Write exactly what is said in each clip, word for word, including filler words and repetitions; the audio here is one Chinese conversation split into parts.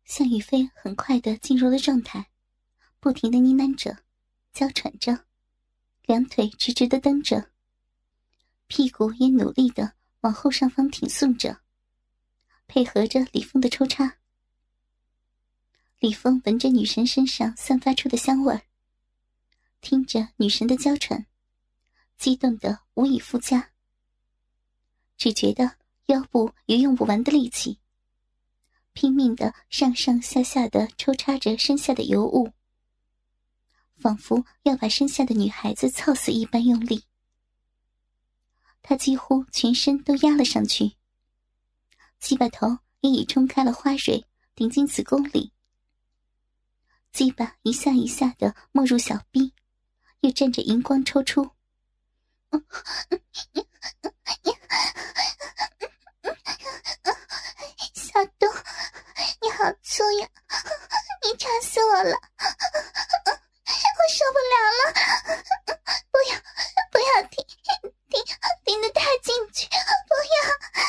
向雨飞很快地进入了状态，不停地呢喃着，娇喘着，两腿直直地蹬着，屁股也努力地往后上方挺送着，配合着李峰的抽插。李峰闻着女神身上散发出的香味儿，听着女神的娇喘，激动得无以复加，只觉得腰部有用不完的力气，拼命地上上下下地抽插着身下的尤物，仿佛要把身下的女孩子操死一般用力。他几乎全身都压了上去，鸡巴头也已冲开了花蕊，顶进子宫里，鸡巴一下一下地没入小臂，又沾着荧光抽出。 小东，你好粗呀，你插死我了，我受不了了，不要不要停停停得太进去，不要。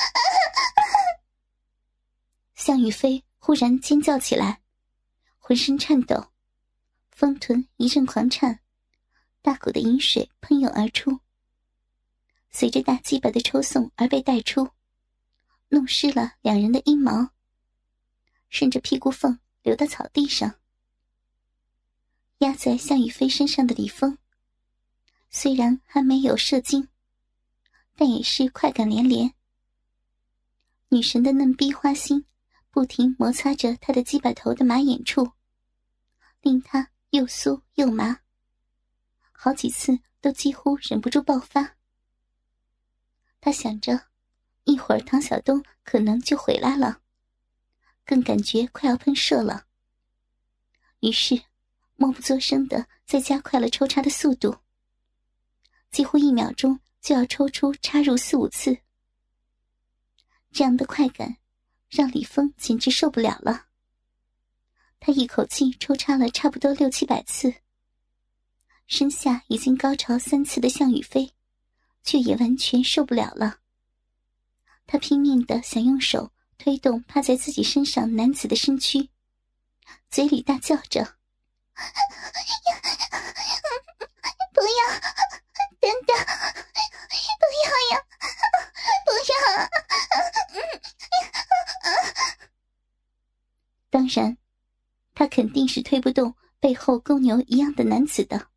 向雨飞忽然尖叫起来，浑身颤抖，丰臀一阵狂颤，大口的饮水喷涌而出，随着大鸡巴的抽送而被带出，弄湿了两人的阴毛，顺着屁股缝流到草地上。压在向雨飞身上的李峰虽然还没有射精，但也是快感连连。女神的嫩逼花心不停摩擦着他的鸡巴头的马眼处，令他又酥又麻，好几次都几乎忍不住爆发。他想着一会儿唐小东可能就回来了，更感觉快要喷射了，于是默不作声地再加快了抽插的速度，几乎一秒钟就要抽出插入四五次。这样的快感让李峰简直受不了了，他一口气抽插了差不多六七百次，身下已经高潮三次的向雨飞却也完全受不了了。他拼命地想用手推动趴在自己身上男子的身躯，嘴里大叫着不要，等等，不要呀，不要。 当然他肯定是推不动背后公牛一样的男子的。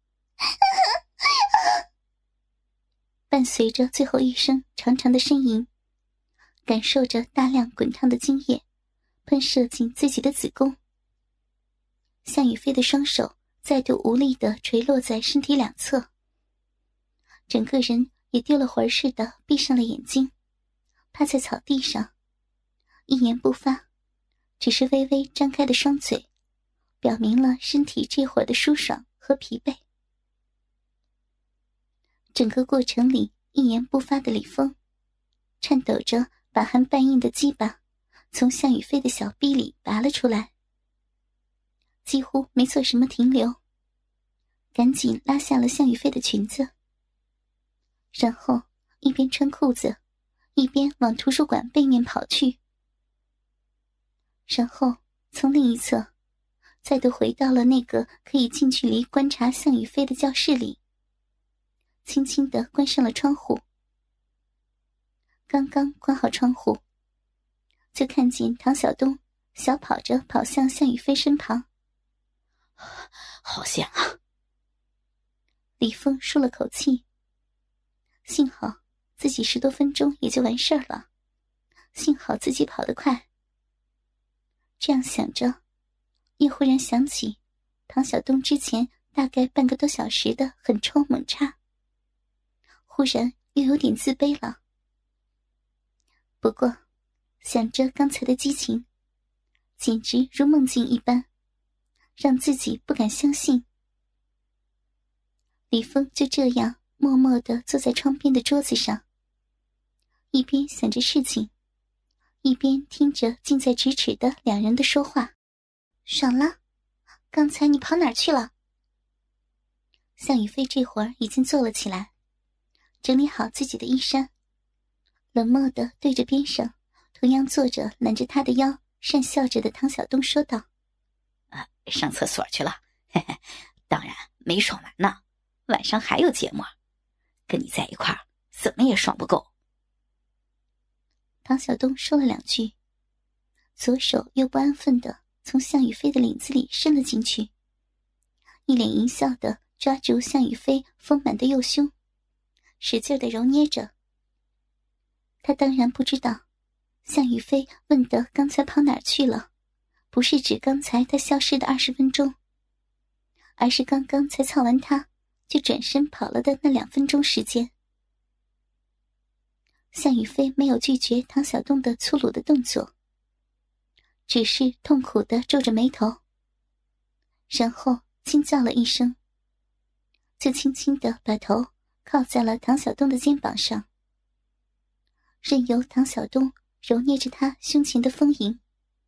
伴随着最后一声长长的呻吟，感受着大量滚烫的精液喷射进自己的子宫，向雨飞的双手再度无力地垂落在身体两侧，整个人也丢了魂似的闭上了眼睛，趴在草地上一言不发，只是微微张开的双嘴表明了身体这会儿的舒爽和疲惫。整个过程里一言不发的李峰颤抖着把含半硬的鸡巴从向雨飞的小臂里拔了出来，几乎没做什么停留，赶紧拉下了向雨飞的裙子，然后一边穿裤子一边往图书馆背面跑去，然后从另一侧再度回到了那个可以近距离观察向雨飞的教室里，轻轻地关上了窗户。刚刚关好窗户，就看见唐小东小跑着跑向向雨飞身旁。 好险啊！ 李峰舒了口气，幸好自己十多分钟也就完事儿了，幸好自己跑得快。这样想着，又忽然想起唐小东之前大概半个多小时的狠抽猛插，忽然又有点自卑了。不过想着刚才的激情，简直如梦境一般，让自己不敢相信。李峰就这样默默地坐在窗边的桌子上，一边想着事情，一边听着近在咫尺的两人的说话。 爽了？刚才你跑哪儿去了？ 向雨飞这会儿已经坐了起来，整理好自己的衣衫，冷漠地对着边上同样坐着揽着他的腰讪笑着的唐小东说道：“ 啊，上厕所去了，嘿嘿，当然没爽完呢，晚上还有节目，跟你在一块儿怎么也爽不够。” 唐小东说了两句，左手又不安分地从向雨飞的领子里伸了进去，一脸淫笑地抓住向雨飞丰满的右胸，使劲地揉捏着。他当然不知道，向雨飞问的刚才跑哪儿去了，不是指刚才他消失的二十分钟，而是刚刚才操完他就转身跑了的那两分钟时间。向雨飞没有拒绝唐小东的粗鲁的动作，只是痛苦地皱着眉头，然后轻叫了一声，就轻轻地把头靠在了唐小东的肩膀上，任由唐小东揉捏着他胸前的丰盈。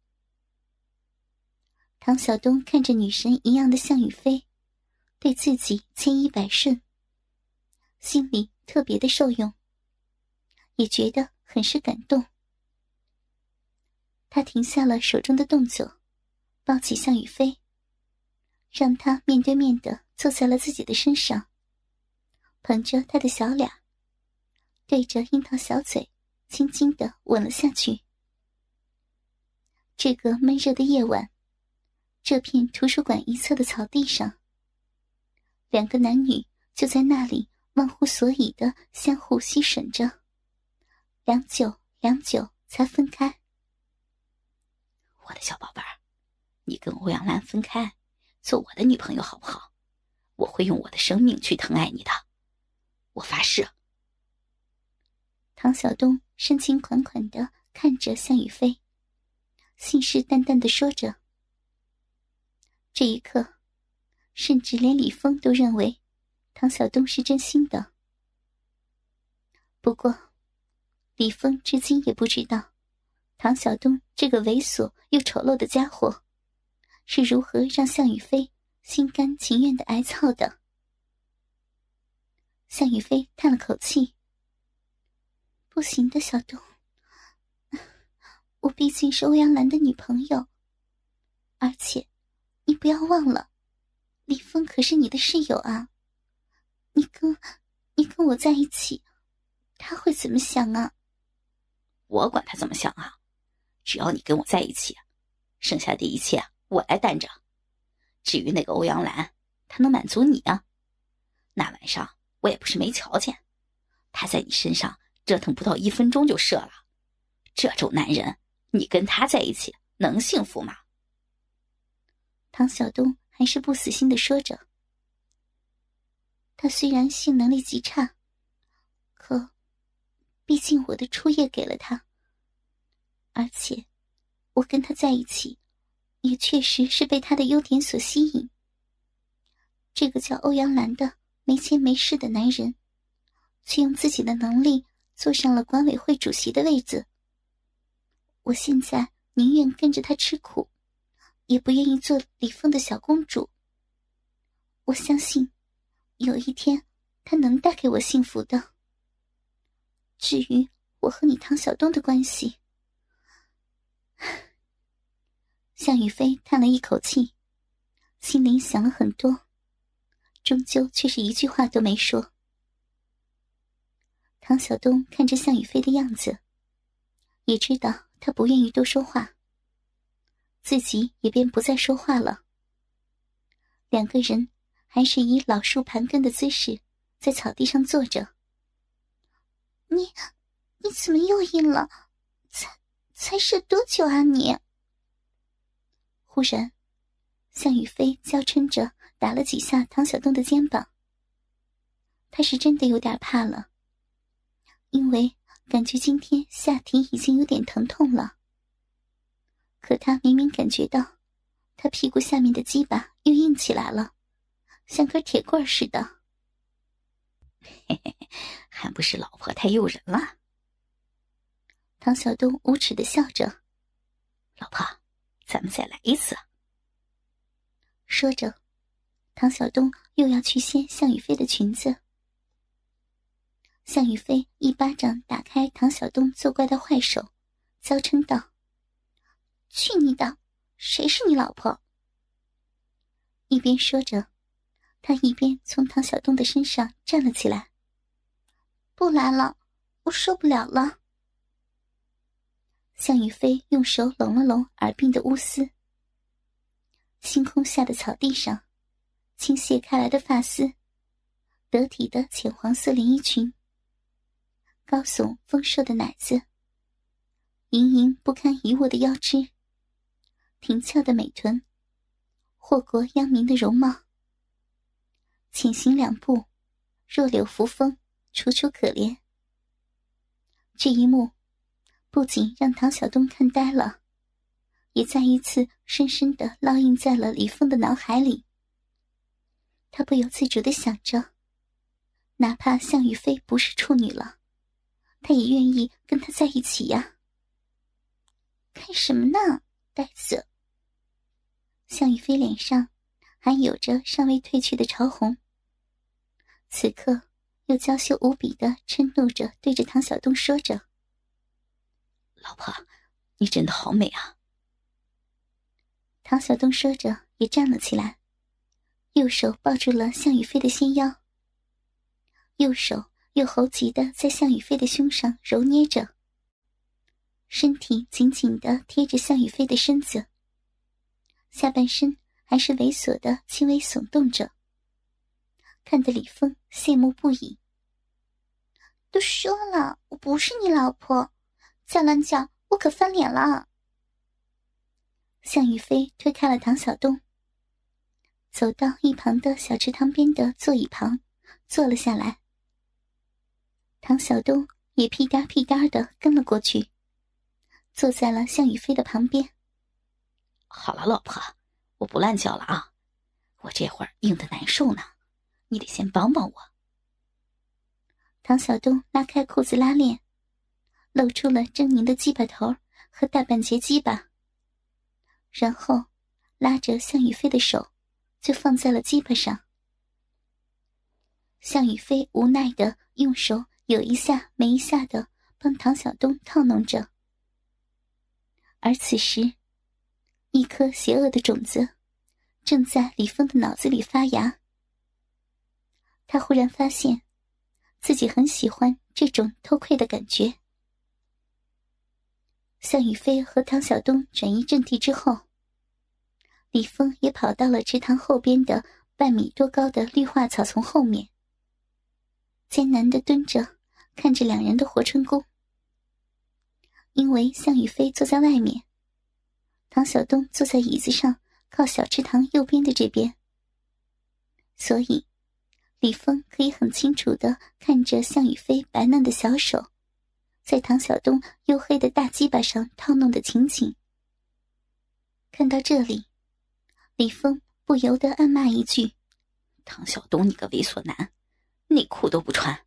唐小东看着女神一样的向雨飞对自己千依百顺，心里特别的受用，也觉得很是感动。他停下了手中的动作，抱起向雨飞，让他面对面地坐在了自己的身上，捧着他的小脸，对着樱桃小嘴轻轻地吻了下去。这个闷热的夜晚，这片图书馆一侧的草地上，两个男女就在那里忘乎所以地相互吸吮着，良久良久才分开。 我的小宝贝儿，你跟欧阳兰分开，做我的女朋友好不好？我会用我的生命去疼爱你的，我发誓。 唐小东深情款款地看着向雨飞，信誓旦旦地说着。这一刻，甚至连李峰都认为唐小东是真心的。不过李峰至今也不知道唐小东这个猥琐又丑陋的家伙是如何让向雨飞心甘情愿地挨操的。向雨飞叹了口气，不行的，小东，我毕竟是欧阳兰的女朋友，而且你不要忘了，李峰可是你的室友啊，你跟你跟我在一起，他会怎么想啊？ 我管他怎么想啊，只要你跟我在一起，剩下的一切我来担着。至于那个欧阳兰，他能满足你啊？那晚上我也不是没瞧见，他在你身上折腾不到一分钟就射了。这种男人，你跟他在一起能幸福吗？ 唐小东还是不死心地说着。他虽然性能力极差，可毕竟我的初夜给了他，而且我跟他在一起也确实是被他的优点所吸引。这个叫欧阳兰的没钱没势的男人，却用自己的能力坐上了管委会主席的位子。我现在宁愿跟着他吃苦，也不愿意做李峰的小公主。我相信有一天他能带给我幸福的。至于我和你唐小东的关系，向雨飞叹了一口气，心里想了很多，终究却是一句话都没说。唐小东看着向雨飞的样子，也知道他不愿意多说话，自己也便不再说话了。两个人还是以老树盘根的姿势在草地上坐着。你你怎么又硬了？才才射多久啊你？忽然向雨飞娇嗔着打了几下唐小东的肩膀。他是真的有点怕了，因为感觉今天下体已经有点疼痛了。可他明明感觉到他屁股下面的鸡巴又硬起来了，像根铁棍似的。 嘿嘿，还不是老婆太诱人了。 唐小东无耻地笑着。 老婆，咱们再来一次。 说着，唐小东又要去掀向雨飞的裙子。向雨飞一巴掌打开唐小东作怪的坏手，娇嗔道： 去你的，谁是你老婆？ 一边说着，他一边从唐小东的身上站了起来。 不来了，我受不了了。 向宇飞用手拢了拢耳鬓的乌丝。星空下的草地上，倾泻开来的发丝，得体的浅黄色连衣裙，高耸丰硕的奶子，盈盈不堪一握的腰肢，挺翘的美臀，祸国殃民的容貌。浅行两步，弱柳扶风，楚楚可怜。这一幕不仅让唐小东看呆了，也再一次深深地烙印在了李峰的脑海里。他不由自主地想着，哪怕向宇飞不是处女了，他也愿意跟他在一起呀。 看什么呢，呆子？ 向宇飞脸上还有着尚未褪去的潮红，此刻又娇羞无比地嗔怒着对着唐小东说着： 老婆，你真的好美啊。 唐小东说着也站了起来，右手抱住了向宇飞的纤腰，右手又猴急地在向宇飞的胸上揉捏着，身体紧紧地贴着向宇飞的身子，下半身还是猥琐地轻微耸动着，看得李峰羡慕不已。 都说了我不是你老婆，再乱叫我可翻脸了。 向宇飞推开了唐小东，走到一旁的小池塘边的座椅旁坐了下来。唐小东也屁颠屁颠地跟了过去，坐在了向宇飞的旁边。 好了，老婆，我不乱叫了啊，我这会儿硬得难受呢，你得先帮帮我。 唐小东拉开裤子拉链，露出了狰狞的鸡巴头和大半截鸡巴，然后拉着向宇飞的手就放在了鸡巴上。向宇飞无奈地用手有一下没一下地帮唐小东套弄着，而此时一颗邪恶的种子正在李峰的脑子里发芽。他忽然发现自己很喜欢这种偷窥的感觉。向宇飞和唐小东转移阵地之后，李峰也跑到了池塘后边的半米多高的绿化草丛后面，艰难地蹲着看着两人的活春宫。因为向宇飞坐在外面，唐小东坐在椅子上靠小池塘右边的这边，所以李峰可以很清楚地看着向宇飞白嫩的小手在唐小东黝黑的大鸡巴上套弄的情景。看到这里，李峰不由得暗骂一句： 唐小东你个猥琐男，内裤都不穿。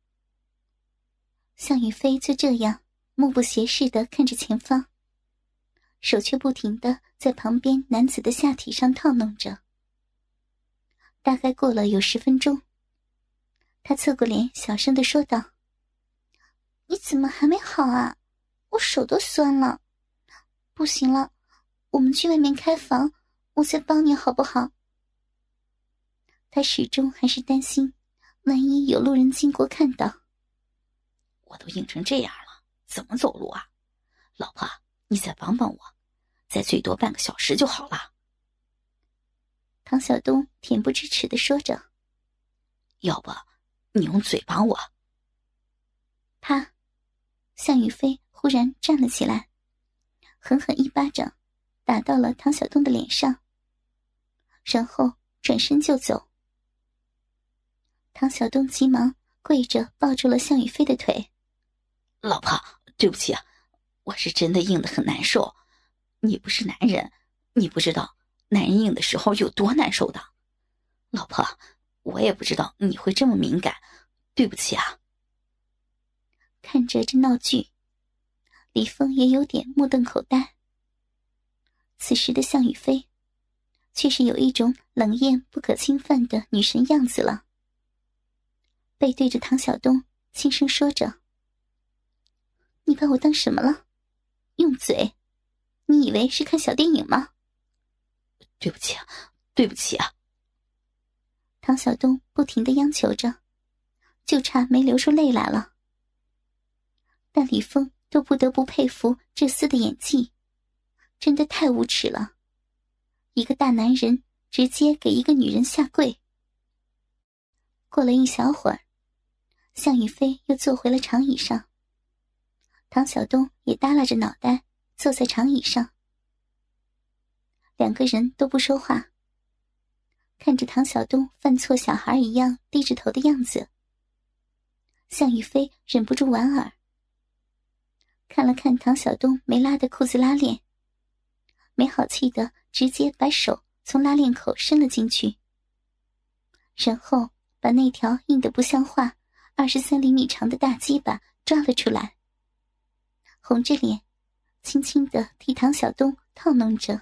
向宇飞就这样目不斜视地看着前方，手却不停地在旁边男子的下体上套弄着。大概过了有十分钟，他侧过脸小声地说道： 你怎么还没好啊？我手都酸了。不行了，我们去外面开房，我再帮你好不好？ 他始终还是担心万一有路人经过看到。 我都硬成这样了，怎么走路啊？老婆，你再帮帮我，再最多半个小时就好了。 唐小东恬不知耻地说着： 要不你用嘴帮我。 啪！向宇飞忽然站了起来，狠狠一巴掌打到了唐小东的脸上，然后转身就走。唐小东急忙跪着抱住了向宇飞的腿。 老婆，对不起啊，我是真的硬得很难受，你不是男人，你不知道男人硬的时候有多难受的。老婆，我也不知道你会这么敏感，对不起啊。 看着这闹剧，李峰也有点目瞪口呆。此时的向宇飞却是有一种冷艳不可侵犯的女神样子了，背对着唐小东轻声说着：你把我当什么了？用嘴。 你以为是看小电影吗？ 对不起啊，对不起啊！ 唐小东不停地央求着，就差没流出泪来了。但李峰都不得不佩服这厮的演技，真的太无耻了。一个大男人直接给一个女人下跪。过了一小会儿，向雨飞又坐回了长椅上，唐小东也耷拉着脑袋坐在长椅上。两个人都不说话，看着唐小东犯错小孩一样低着头的样子，向雨飞忍不住莞尔，看了看唐小东没拉的裤子拉链，没好气的直接把手从拉链口伸了进去，然后把那条硬得不像话二十三厘米长的大鸡巴抓了出来，红着脸轻轻地替唐小东套弄着。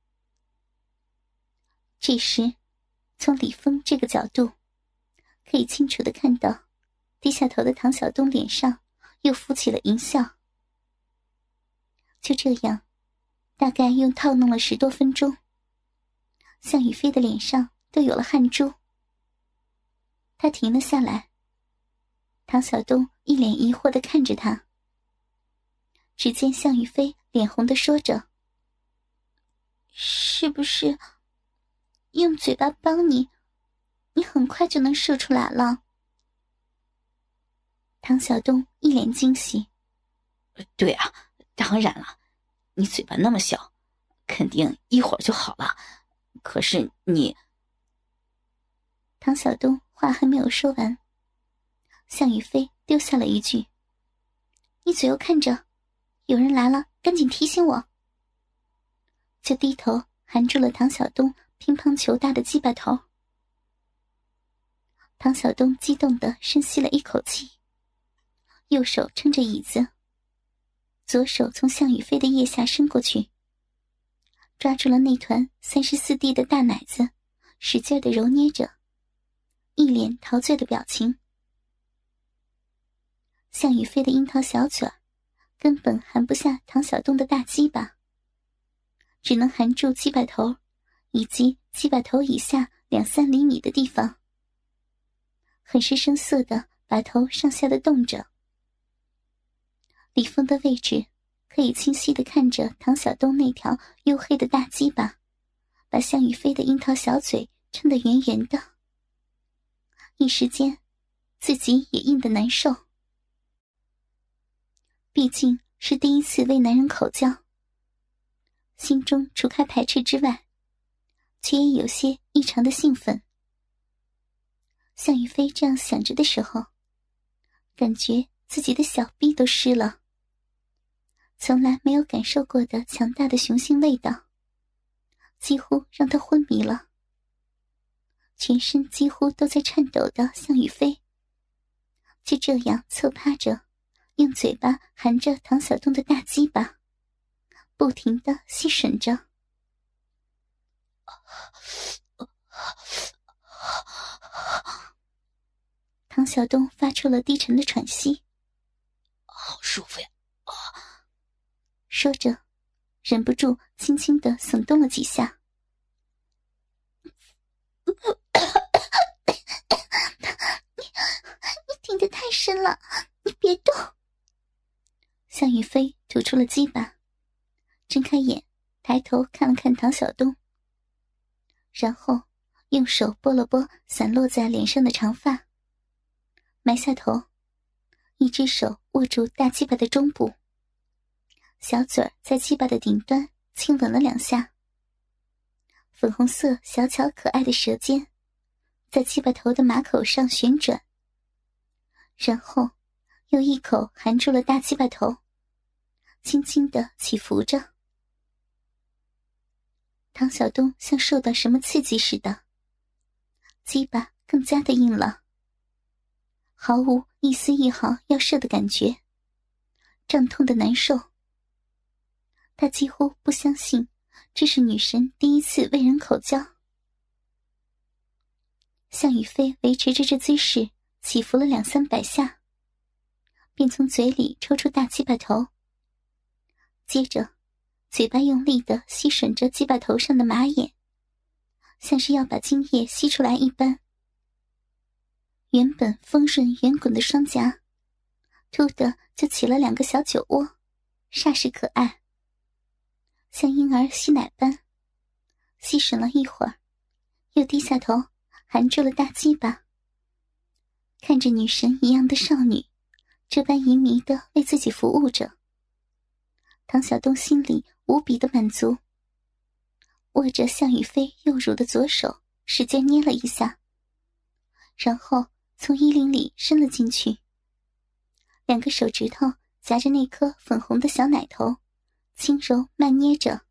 这时从李峰这个角度可以清楚地看到，低下头的唐小东脸上又浮起了淫笑。就这样大概又套弄了十多分钟，向雨飞的脸上都有了汗珠。他停了下来，唐小东一脸疑惑地看着他。只见向雨飞脸红地说着：是不是用嘴巴帮你，你很快就能射出来了？唐小东一脸惊喜： 对啊，当然了，你嘴巴那么小，肯定一会儿就好了。可是你…… 唐小东话还没有说完，向雨飞丢下了一句：你左右看着，有人来了赶紧提醒我。就低头含住了唐小东乒乓球大的鸡巴头。唐小东激动地深吸了一口气，右手撑着椅子，左手从向雨飞的腋下伸过去，抓住了那团三十四 D 的大奶子，使劲地揉捏着，一脸陶醉的表情。向雨飞的樱桃小嘴根本含不下唐小东的大鸡巴，只能含住鸡巴头以及鸡巴头以下两三厘米的地方，很是生涩地把头上下的动着。李峰的位置可以清晰地看着唐小东那条黝黑的大鸡巴把向雨飞的樱桃小嘴撑得圆圆的，一时间自己也硬得难受。毕竟是第一次为男人口交，心中除开排斥之外，却也有些异常的兴奋。向雨飞这样想着的时候，感觉自己的小臂都湿了，从来没有感受过的强大的雄性味道几乎让他昏迷了。全身几乎都在颤抖的向雨飞就这样侧趴着，用嘴巴含着唐小东的大鸡巴，不停地吸吮着。唐小东发出了低沉的喘息， 好舒服呀！啊、 说着忍不住轻轻地耸动了几下。 你你挺得太深了，你别动。 向雨飞吐出了鸡巴，睁开眼抬头看了看唐小东，然后用手拨了拨散落在脸上的长发，埋下头，一只手握住大鸡巴的中部，小嘴儿在鸡巴的顶端亲吻了两下，粉红色小巧可爱的舌尖在鸡巴头的马口上旋转，然后又一口含住了大鸡巴头，轻轻地起伏着。唐小东像受到什么刺激似的，鸡巴更加的硬了，毫无一丝一毫要射的感觉，胀痛的难受。他几乎不相信这是女神第一次为人口交。向雨飞维持着这姿势起伏了两三百下，便从嘴里抽出大鸡巴头，接着嘴巴用力地吸吮着鸡巴头上的马眼，像是要把精液吸出来一般。原本丰润圆滚的双颊，突的就起了两个小酒窝，煞是可爱，像婴儿吸奶般。吸吮了一会儿，又低下头含住了大鸡巴。看着女神一样的少女这般淫迷地为自己服务着，唐小东心里无比的满足，握着向雨飞右乳的左手使劲捏了一下，然后从衣领里伸了进去，两个手指头夹着那颗粉红的小奶头，轻柔慢捏着。